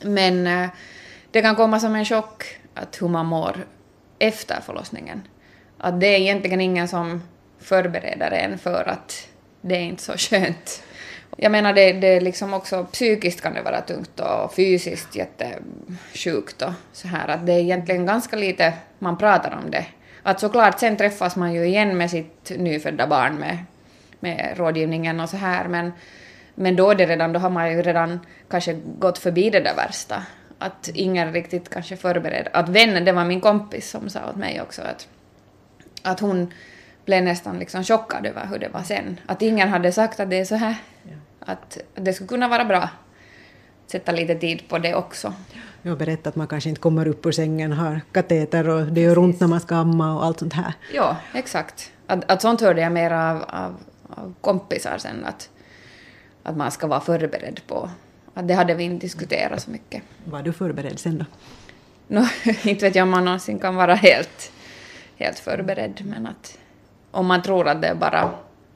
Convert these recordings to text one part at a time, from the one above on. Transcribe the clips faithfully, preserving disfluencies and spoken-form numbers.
Men eh, det kan komma som en chock att hur man mår efter förlossningen. Att det är egentligen ingen som förbereder en för att det är inte så skönt. Jag menar, det, det är liksom också psykiskt kan det vara tungt och fysiskt jättesjukt och så här. Att det är egentligen ganska lite man pratar om det. Att såklart sen träffas man ju igen med sitt nyfödda barn med, med rådgivningen och så här. Men, men då är det redan, då har man ju redan kanske gått förbi det där värsta. Att ingen riktigt kanske förbereder. Att vännen, det var min kompis som sa åt mig också att, att hon blev nästan liksom chockad över hur det var sen. Att ingen hade sagt att det är så här. Ja. Att det skulle kunna vara bra. Sätta lite tid på det också. Jag berättar att man kanske inte kommer upp ur sängen, har kateter och det gör ont när man ska amma och allt sånt här. Ja, exakt. Att, att sånt hörde jag mer av, av, av kompisar sen. Att, att man ska vara förberedd på. Att det hade vi inte diskuterat så mycket. Var du förberedd sen då? No, inte vet jag om man någonsin kan vara helt, helt förberedd. Men att om man tror att det är bara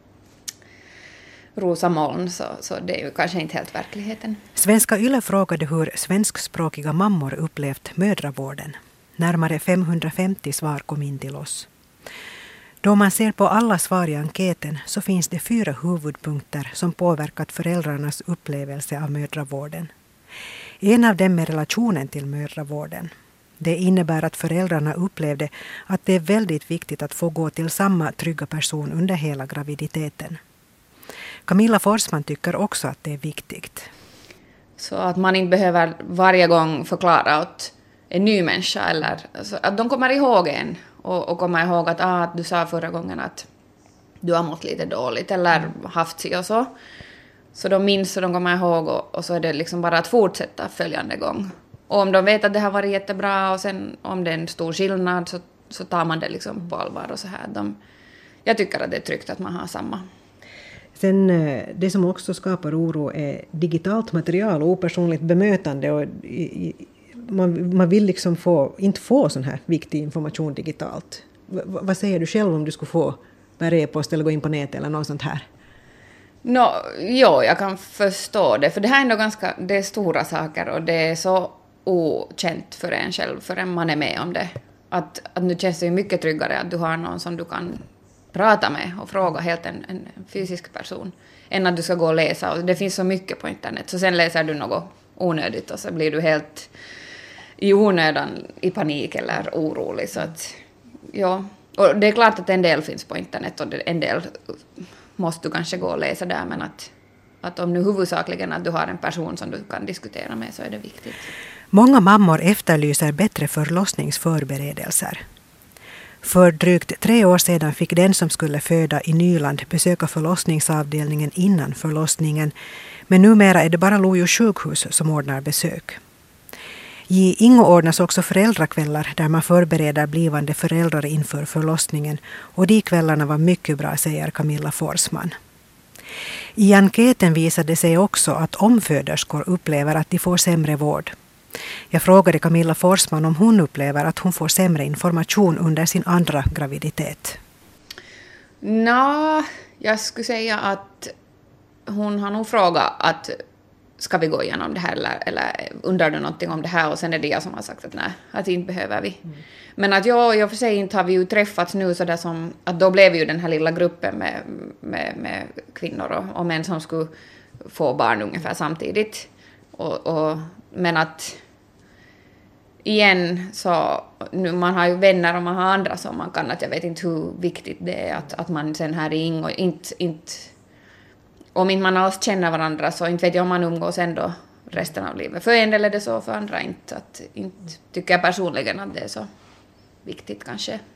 rosa moln så, så det är ju kanske inte helt verkligheten. Svenska Yle frågade hur svenskspråkiga mammor upplevt mödravården. Närmare femhundrafemtio svar kom in till oss. Då man ser på alla svar i enkäten så finns det fyra huvudpunkter som påverkat föräldrarnas upplevelse av mödravården. En av dem är relationen till mödravården. Det innebär att föräldrarna upplevde att det är väldigt viktigt att få gå till samma trygga person under hela graviditeten. Camilla Forsman tycker också att det är viktigt. Så att man inte behöver varje gång förklara åt en ny människa. Eller, alltså, att de kommer ihåg en. Och, och kommer ihåg att, ah, att du sa förra gången att du har mått lite dåligt. Eller haft sig och så. Så de minns och de kommer ihåg. Och, och så är det liksom bara att fortsätta följande gång. Och om de vet att det har varit jättebra. Och sen om det är en stor skillnad. Så, så tar man det liksom på allvar. Och så här. De, jag tycker att det är tryggt att man har samma. Sen det som också skapar oro är digitalt material och opersonligt bemötande. Och i, i, man, man vill liksom få, inte få sån här viktig information digitalt. V, vad säger du själv om du skulle få per e-post eller gå in på nätet eller något sånt här? No, jo, jag kan förstå det. För det här är ändå ganska, det är stora saker och det är så okänt för en själv förrän man är med om det. Att, att nu känns det ju mycket tryggare att du har någon som du kan prata med och fråga helt en, en fysisk person än att du ska gå och läsa. Och det finns så mycket på internet. Så sen läser du något onödigt och så blir du helt i onödan i panik eller orolig. Så att, ja. Och det är klart att en del finns på internet och en del måste du kanske gå och läsa där. Men att, att om nu huvudsakligen att du har en person som du kan diskutera med så är det viktigt. Många mammor efterlyser bättre förlossningsförberedelser. För drygt tre år sedan fick den som skulle föda i Nyland besöka förlossningsavdelningen innan förlossningen, men numera är det bara Lojo sjukhus som ordnar besök. I Ingo ordnas också föräldrakvällar där man förbereder blivande föräldrar inför förlossningen och de kvällarna var mycket bra, säger Camilla Forsman. I enkäten visade sig också att omföderskor upplever att de får sämre vård. Jag frågade Camilla Forsman om hon upplever att hon får sämre information under sin andra graviditet. Nå, jag skulle säga att hon har nog frågat att ska vi gå igenom det här eller, eller undrar du någonting om det här, och sen är det jag som har sagt att nej, att inte behöver vi. Mm. Men att jag, jag för sig inte har vi ju träffats nu så där som, att då blev ju den här lilla gruppen med, med, med kvinnor och, och män som skulle få barn ungefär samtidigt. Och, och, men att igen så nu man har ju vänner och man har andra som man kan, att jag vet inte hur viktigt det är att, att man sen här i Ingo inte, inte om inte man alls känner varandra så inte vet jag om man umgås ändå resten av livet. För en del är det så, för andra inte. Att, inte tycker jag personligen att det är så viktigt kanske.